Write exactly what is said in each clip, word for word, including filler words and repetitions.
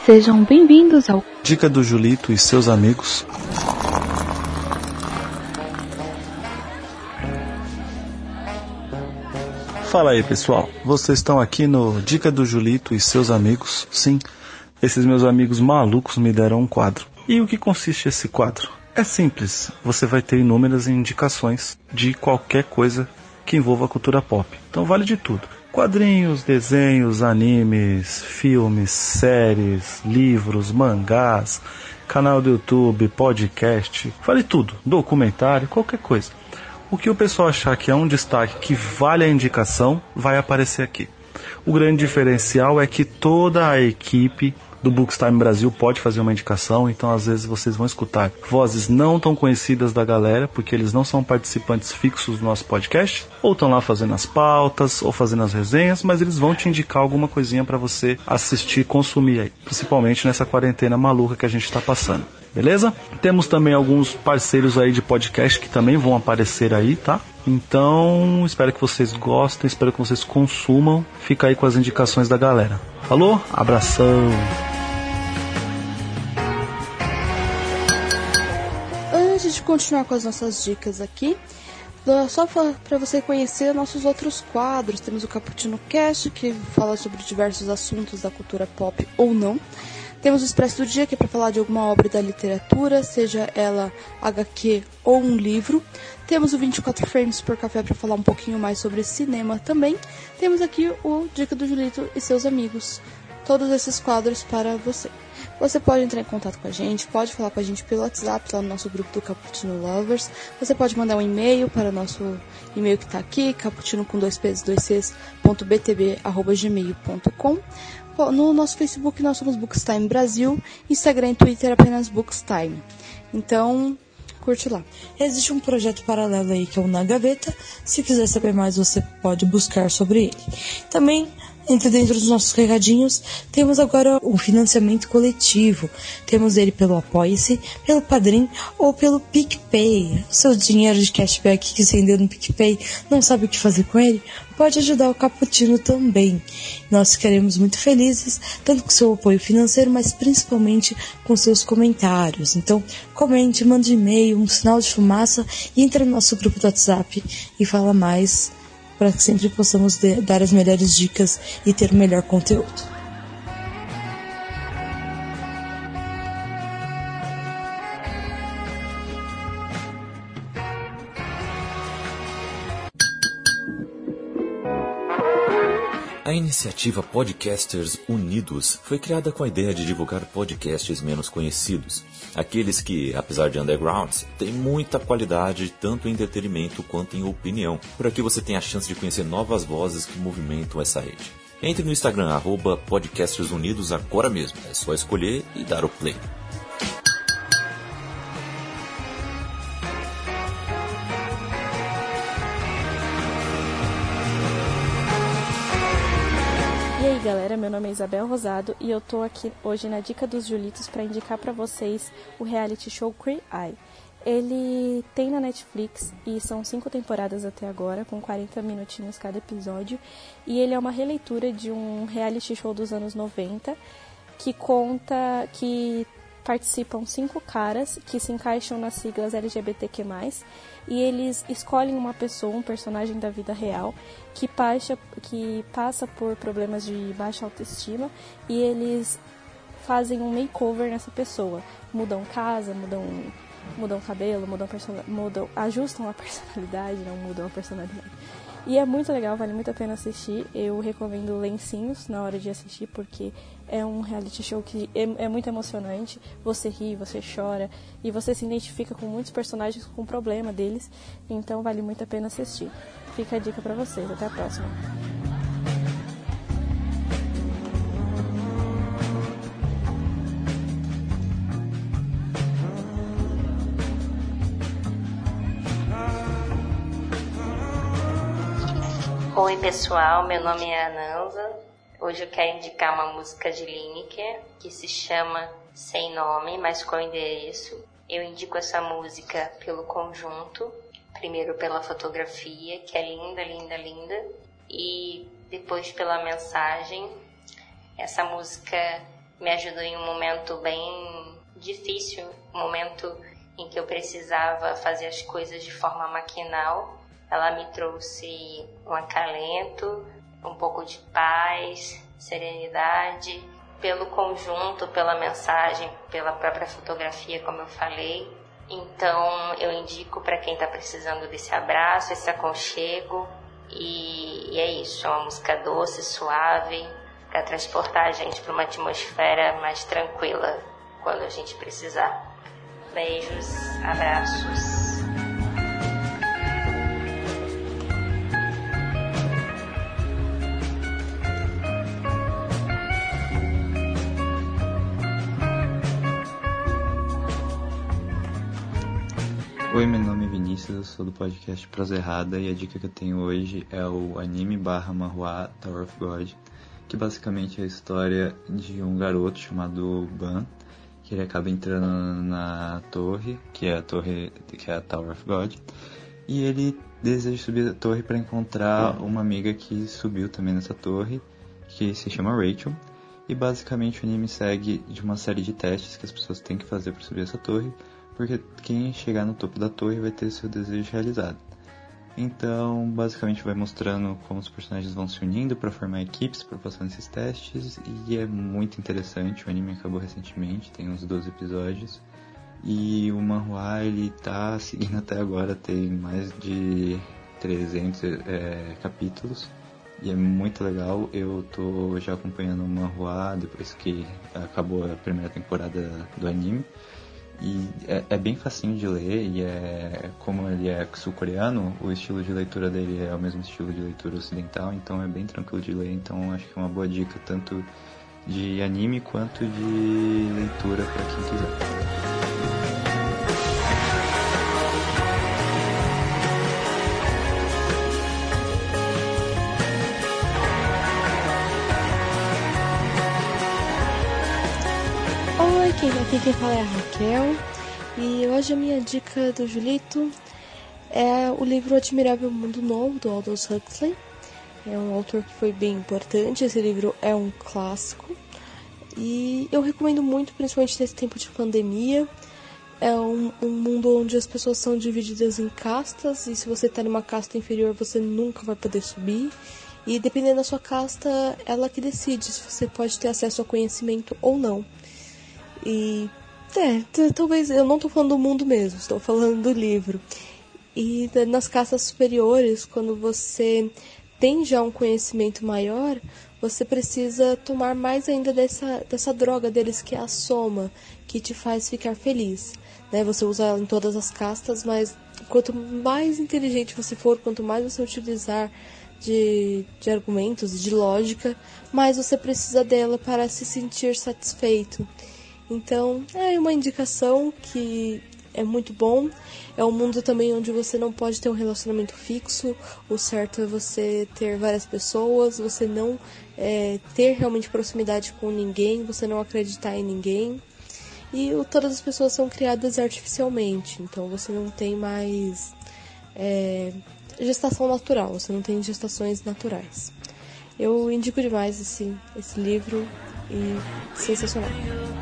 Sejam bem-vindos ao Dica do Julito e seus amigos. Fala aí, pessoal. Vocês estão aqui no Dica do Julito e seus amigos. Sim, esses meus amigos malucos me deram um quadro. E o que consiste esse quadro? É simples. Você vai ter inúmeras indicações de qualquer coisa que envolva a cultura pop. Então vale de tudo. Quadrinhos, desenhos, animes, filmes, séries, livros, mangás, canal do YouTube, podcast, vale tudo, documentário, qualquer coisa. O que o pessoal achar que é um destaque que vale a indicação, vai aparecer aqui. O grande diferencial é que toda a equipe do Bookstime Brasil pode fazer uma indicação, então às vezes vocês vão escutar vozes não tão conhecidas da galera, porque eles não são participantes fixos do nosso podcast, ou estão lá fazendo as pautas, ou fazendo as resenhas, mas eles vão te indicar alguma coisinha para você assistir e consumir aí, principalmente nessa quarentena maluca que a gente está passando. Beleza? Temos também alguns parceiros aí de podcast que também vão aparecer aí, tá? Então, espero que vocês gostem, espero que vocês consumam. Fica aí com as indicações da galera. Falou? Abração! Antes de continuar com as nossas dicas aqui, só para você conhecer nossos outros quadros, temos o Cappuccino Cast, que fala sobre diversos assuntos da cultura pop ou não. Temos o Expresso do Dia, que é para falar de alguma obra da literatura, seja ela agá quê ou um livro. Temos o vinte e quatro frames por café para falar um pouquinho mais sobre cinema também. Temos aqui o Dica do Julito e seus amigos. Todos esses quadros para você. Você pode entrar em contato com a gente, pode falar com a gente pelo WhatsApp, lá no nosso grupo do Cappuccino Lovers. Você pode mandar um e-mail para o nosso e-mail que está aqui, cappuccino com dois p's, dois c's, ponto b t b, arroba gmail ponto com. No nosso Facebook nós somos Bookstime Brasil, Instagram e Twitter apenas Bookstime. Então, curte lá. Existe um projeto paralelo aí que é o Na Gaveta. Se quiser saber mais, você pode buscar sobre ele. Também, entre dentro dos nossos recadinhos, temos agora o financiamento coletivo. Temos ele pelo Apoia-se, pelo Padrim ou pelo PicPay. O seu dinheiro de cashback que você rendeu no PicPay, não sabe o que fazer com ele? Pode ajudar o Cappuccino também. Nós ficaremos muito felizes, tanto com seu apoio financeiro, mas principalmente com seus comentários. Então, comente, mande e-mail, um sinal de fumaça e entre no nosso grupo do WhatsApp e fala mais, para que sempre possamos de- dar as melhores dicas e ter o melhor conteúdo. A iniciativa Podcasters Unidos foi criada com a ideia de divulgar podcasts menos conhecidos, aqueles que, apesar de undergrounds, têm muita qualidade tanto em entretenimento quanto em opinião. Por aqui você tem a chance de conhecer novas vozes que movimentam essa rede. Entre no Instagram, arroba Podcasters Unidos agora mesmo, é só escolher e dar o play. E aí galera, meu nome é Isabel Rosado e eu tô aqui hoje na Dica dos Julitos para indicar para vocês o reality show Queer Eye. Ele tem na Netflix e são cinco temporadas até agora, com quarenta minutinhos cada episódio. E ele é uma releitura de um reality show dos anos noventa que conta que participam cinco caras que se encaixam nas siglas L G B T Q mais, e eles escolhem uma pessoa, um personagem da vida real, que passa, que passa por problemas de baixa autoestima, e eles fazem um makeover nessa pessoa. Mudam casa, mudam, mudam cabelo, mudam, person... mudam ajustam a personalidade, não mudam a personalidade. E é muito legal, vale muito a pena assistir. Eu recomendo lencinhos na hora de assistir, porque é um reality show que é, é muito emocionante. Você ri, você chora e você se identifica com muitos personagens com o problema deles. Então vale muito a pena assistir. Fica a dica pra vocês. Até a próxima. Oi pessoal, meu nome é Ananza. Hoje eu quero indicar uma música de Lineker que se chama Sem Nome, mas com endereço. Eu indico essa música pelo conjunto, primeiro pela fotografia, que é linda, linda, linda, e depois pela mensagem. Essa música me ajudou em um momento bem difícil, um momento em que eu precisava fazer as coisas de forma maquinal. Ela me trouxe um acalento, um pouco de paz, serenidade, pelo conjunto, pela mensagem, pela própria fotografia, como eu falei. Então eu indico para quem está precisando desse abraço, esse aconchego. E, e é isso, é uma música doce, suave, para transportar a gente para uma atmosfera mais tranquila quando a gente precisar. Beijos, abraços. Oi, meu nome é Vinícius, eu sou do podcast Prosa Errada e a dica que eu tenho hoje é o anime barra manhwa Tower of God, que basicamente é a história de um garoto chamado Ban, que ele acaba entrando na torre, que é a torre, que é a Tower of God, e ele deseja subir a torre para encontrar uma amiga que subiu também nessa torre, que se chama Rachel, e basicamente o anime segue de uma série de testes que as pessoas têm que fazer para subir essa torre, porque quem chegar no topo da torre vai ter seu desejo realizado. Então, basicamente vai mostrando como os personagens vão se unindo para formar equipes, para passar nesses testes, e é muito interessante. O anime acabou recentemente, tem uns doze episódios, e o manhwa ele tá seguindo até agora, tem mais de trezentos é, capítulos, e é muito legal. Eu tô já acompanhando o manhwa depois que acabou a primeira temporada do anime. E é, é bem facinho de ler, e é, como ele é sul-coreano, o estilo de leitura dele é o mesmo estilo de leitura ocidental, então é bem tranquilo de ler. Então acho que é uma boa dica tanto de anime quanto de leitura para quem quiser. Aqui quem fala é a Raquel, e hoje a minha dica do Julito é o livro Admirável Mundo Novo, do Aldous Huxley. É um autor que foi bem importante, esse livro é um clássico, e eu recomendo muito, principalmente nesse tempo de pandemia. É um, um mundo onde as pessoas são divididas em castas, e se você está numa casta inferior, você nunca vai poder subir. E dependendo da sua casta, ela que decide se você pode ter acesso ao conhecimento ou não. E, é, t- talvez, eu não estou falando do mundo mesmo, estou falando do livro. E nas castas superiores, quando você tem já um conhecimento maior, você precisa tomar mais ainda dessa, dessa droga deles, que é a soma, que te faz ficar feliz. Né? Você usa ela em todas as castas, mas quanto mais inteligente você for, quanto mais você utilizar de, de argumentos, de lógica, mais você precisa dela para se sentir satisfeito. Então, é uma indicação que é muito bom. É um mundo também onde você não pode ter um relacionamento fixo. O certo é você ter várias pessoas, você não é, ter realmente proximidade com ninguém, você não acreditar em ninguém. E o, todas as pessoas são criadas artificialmente, então você não tem mais é, gestação natural, você não tem gestações naturais. Eu indico demais esse, esse livro. E sensacional.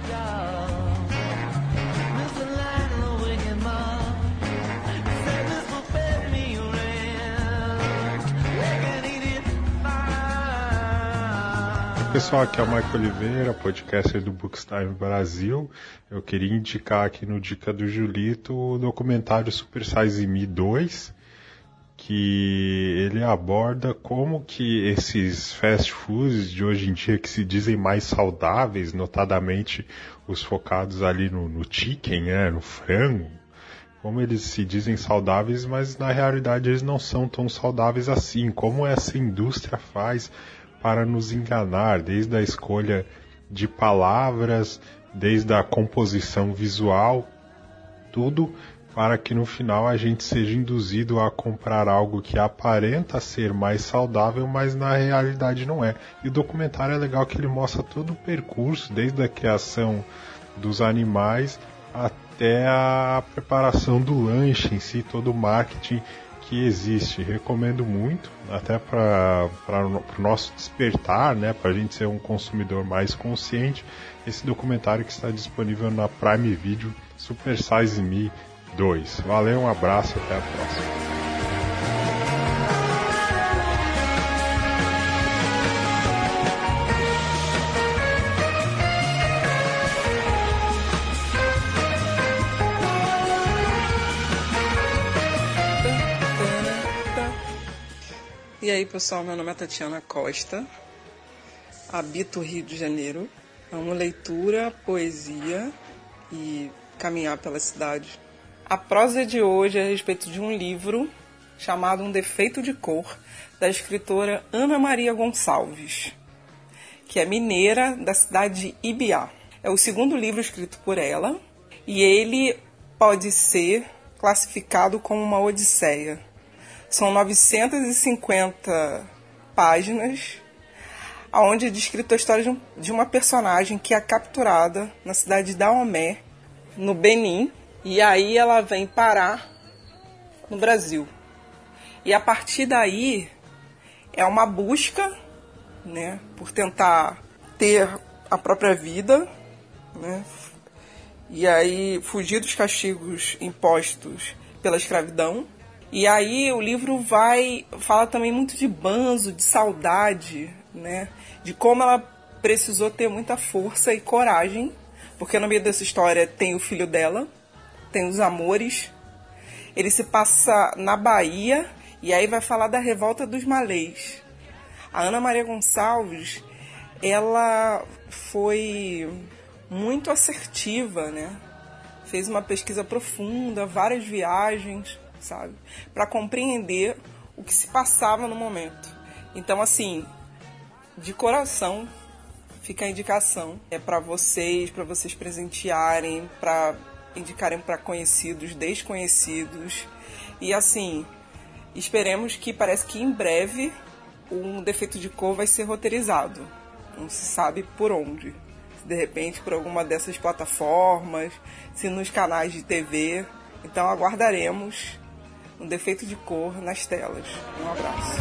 Pessoal, aqui é o Michael Oliveira, podcaster do Bookstime Brasil. Eu queria indicar aqui no Dica do Julito o documentário Super Size Me dois, que ele aborda como que esses fast foods de hoje em dia, que se dizem mais saudáveis, notadamente os focados ali no, no chicken, né, no frango, como eles se dizem saudáveis, mas na realidade eles não são tão saudáveis assim, como essa indústria faz para nos enganar, desde a escolha de palavras, desde a composição visual, tudo para que no final a gente seja induzido a comprar algo que aparenta ser mais saudável, mas na realidade não é. E o documentário é legal que ele mostra todo o percurso, desde a criação dos animais até a preparação do lanche em si, todo o marketing que existe. Recomendo muito, até para o nosso despertar, né, para a gente ser um consumidor mais consciente, esse documentário que está disponível na Prime Video, Super Size Me dois. Valeu, um abraço e até a próxima. E aí, pessoal, meu nome é Tatiana Costa, habito o Rio de Janeiro, amo leitura, poesia e caminhar pela cidade. A prosa de hoje é a respeito de um livro chamado Um Defeito de Cor, da escritora Ana Maria Gonçalves, que é mineira da cidade de Ibiá. É o segundo livro escrito por ela e ele pode ser classificado como uma odisseia. São novecentas e cinquenta páginas, onde é descrita a história de, um, de uma personagem que é capturada na cidade de Daomé, no Benin, e aí ela vem parar no Brasil. E a partir daí é uma busca, né, por tentar ter a própria vida, né, e aí fugir dos castigos impostos pela escravidão. E aí o livro vai fala também muito de banzo, de saudade, né? De como ela precisou ter muita força e coragem, porque no meio dessa história tem o filho dela, tem os amores. Ele se passa na Bahia e aí vai falar da revolta dos malês. A Ana Maria Gonçalves, ela foi muito assertiva, né? Fez uma pesquisa profunda, várias viagens, sabe, para compreender o que se passava no momento. Então, assim, de coração, fica a indicação. É para vocês, para vocês presentearem, para indicarem para conhecidos, desconhecidos. E, assim, esperemos que, parece que em breve, Um Defeito de Cor vai ser roteirizado. Não se sabe por onde. De repente, por alguma dessas plataformas, se nos canais de T V. Então, aguardaremos Um Defeito de Cor nas telas. Um abraço.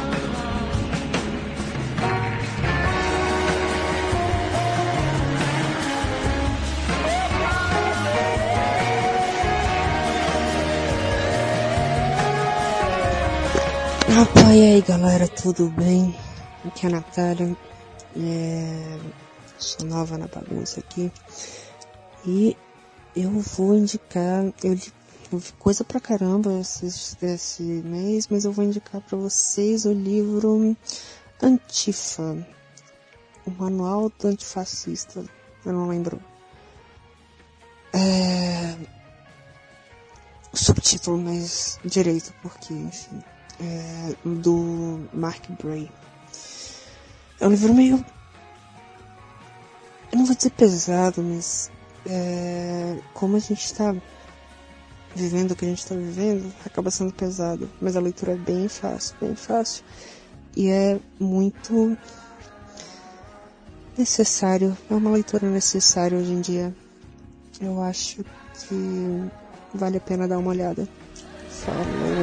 Opa, e aí galera, tudo bem? Aqui é a Natália. É... Sou nova na bagunça aqui. E eu vou indicar... Eu li coisa pra caramba esse, esse mês, mas eu vou indicar pra vocês o livro Antifa, o Manual do Antifascista, eu não lembro é, o subtítulo, mas direito, porque, enfim, é, do Mark Bray. É um livro meio, eu não vou dizer pesado, mas é, como a gente tá vivendo o que a gente está vivendo, acaba sendo pesado, mas a leitura é bem fácil, bem fácil, e é muito necessário, é uma leitura necessária hoje em dia. Eu acho que vale a pena dar uma olhada. Falou.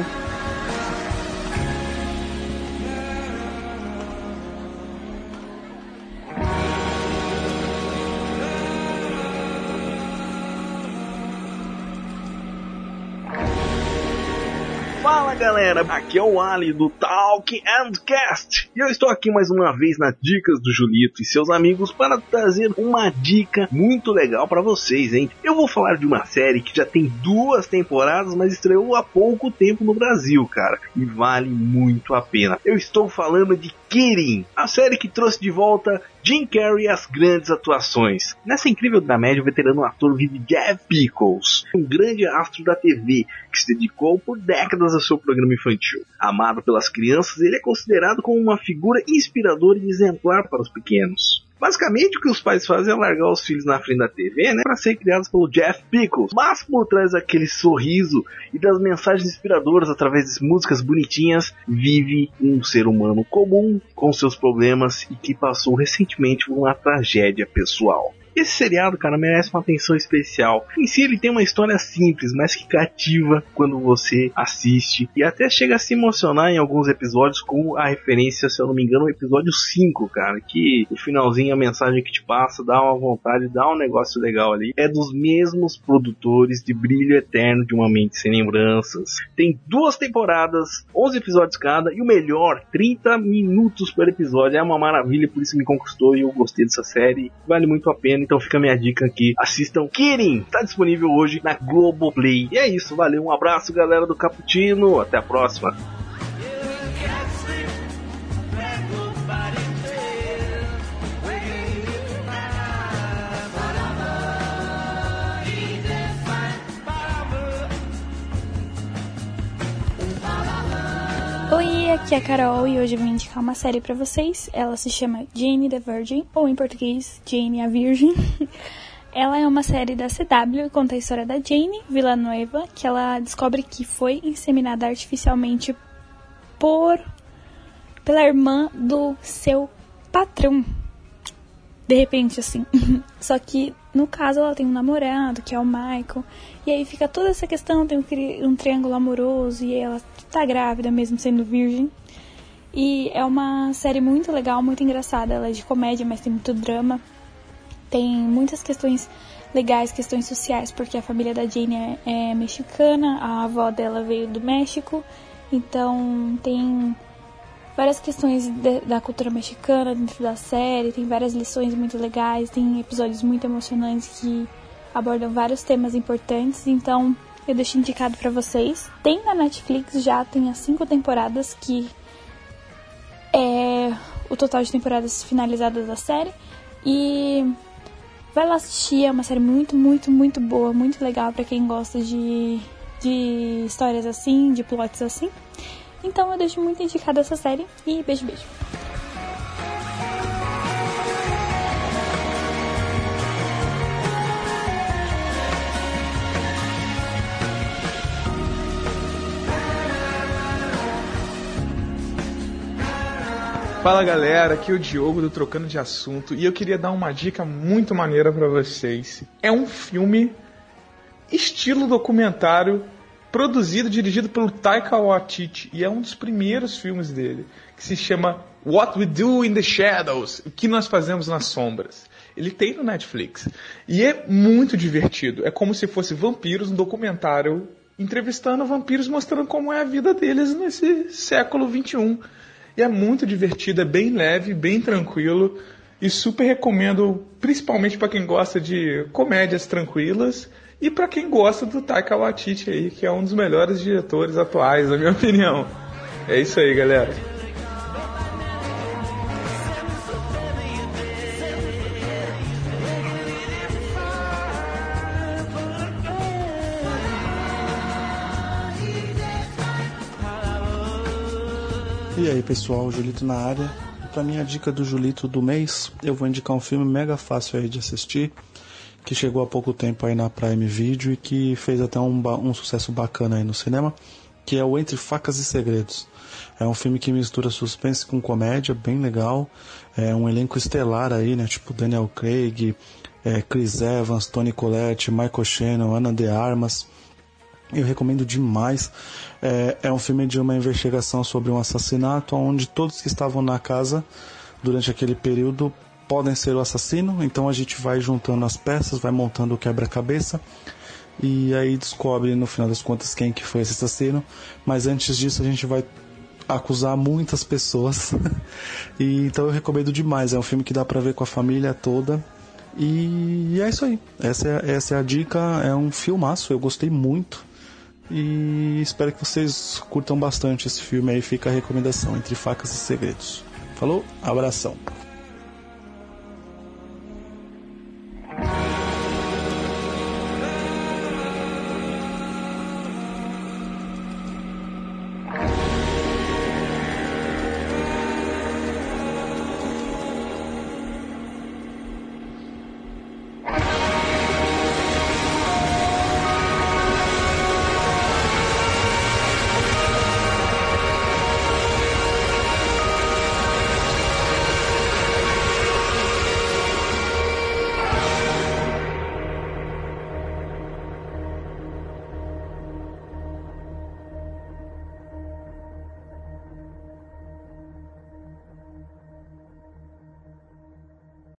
Fala galera, aqui é o Ali do Talk and Cast e eu estou aqui mais uma vez nas Dicas do Julito e seus amigos para trazer uma dica muito legal para vocês, hein? Eu vou falar de uma série que já tem duas temporadas, mas estreou há pouco tempo no Brasil, cara, e vale muito a pena. Eu estou falando de Kirin, a série que trouxe de volta Jim Carrey e as grandes atuações. Nessa incrível dramédia, o veterano ator vive Jeff Pickles, um grande astro da T V que se dedicou por décadas ao seu programa infantil. Amado pelas crianças, ele é considerado como uma figura inspiradora e exemplar para os pequenos. Basicamente o que os pais fazem é largar os filhos na frente da T V, né, para ser criados pelo Jeff Pickles. Mas por trás daquele sorriso e das mensagens inspiradoras através de músicas bonitinhas, vive um ser humano comum com seus problemas e que passou recentemente por uma tragédia pessoal. Esse seriado, cara, merece uma atenção especial. Em si ele tem uma história simples, mas que cativa quando você assiste, e até chega a se emocionar em alguns episódios, com a referência, se eu não me engano, o episódio cinco, cara, que o finalzinho, a mensagem que te passa, dá uma vontade, dá um negócio legal ali. É dos mesmos produtores de Brilho Eterno de Uma Mente Sem Lembranças. Tem duas temporadas, onze episódios cada, e o melhor, trinta minutos por episódio. É uma maravilha, por isso me conquistou e eu gostei dessa série. Vale muito a pena, então fica a minha dica aqui. Assistam Kirin, tá disponível hoje na Globoplay. E é isso, valeu, um abraço, galera do Cappuccino, até a próxima. Oi, aqui é a Carol e hoje eu vim indicar uma série pra vocês. Ela se chama Jane the Virgin, ou em português, Jane a Virgem. Ela é uma série da C W e conta a história da Jane Villanueva, que ela descobre que foi inseminada artificialmente por pela irmã do seu patrão. De repente, assim. Só que, no caso, ela tem um namorado, que é o Michael. E aí fica toda essa questão, tem um, um triângulo amoroso. E ela tá grávida, mesmo sendo virgem. E é uma série muito legal, muito engraçada. Ela é de comédia, mas tem muito drama. Tem muitas questões legais, questões sociais. Porque a família da Jane é, é mexicana. A avó dela veio do México. Então, tem várias questões de, da cultura mexicana dentro da série, tem várias lições muito legais, tem episódios muito emocionantes que abordam vários temas importantes, então eu deixo indicado pra vocês. Tem na Netflix já, tem as cinco temporadas, que é o total de temporadas finalizadas da série, e vai lá assistir, é uma série muito, muito, muito boa, muito legal pra quem gosta de, de histórias assim, de plots assim. Então eu deixo muito indicada essa série e beijo, beijo. Fala galera, aqui é o Diogo do Trocando de Assunto e eu queria dar uma dica muito maneira pra vocês. É um filme estilo documentário, produzido e dirigido pelo Taika Waititi, e é um dos primeiros filmes dele, que se chama What We Do in the Shadows, o que nós fazemos nas sombras. Ele tem no Netflix, e é muito divertido, é como se fosse vampiros, um documentário entrevistando vampiros, mostrando como é a vida deles nesse século vinte e um, e é muito divertido, é bem leve, bem tranquilo, e super recomendo, principalmente para quem gosta de comédias tranquilas, e pra quem gosta do Taika Waititi aí, que é um dos melhores diretores atuais, na minha opinião. É isso aí, galera. E aí, pessoal, Julito na área. Pra minha dica do Julito do mês, eu vou indicar um filme mega fácil aí de assistir, que chegou há pouco tempo aí na Prime Video e que fez até um, um sucesso bacana aí no cinema, que é o Entre Facas e Segredos. É um filme que mistura suspense com comédia, bem legal. É um elenco estelar aí, né? Tipo Daniel Craig, é, Chris Evans, Toni Collette, Michael Shannon, Ana de Armas. Eu recomendo demais. É, é um filme de uma investigação sobre um assassinato, onde todos que estavam na casa durante aquele período podem ser o assassino, então a gente vai juntando as peças, vai montando o quebra-cabeça e aí descobre no final das contas quem que foi esse assassino, mas antes disso a gente vai acusar muitas pessoas e então eu recomendo demais, é um filme que dá pra ver com a família toda e é isso aí, essa é, essa é a dica, é um filmaço, eu gostei muito e espero que vocês curtam bastante esse filme aí, fica a recomendação, Entre Facas e Segredos. Falou, abração.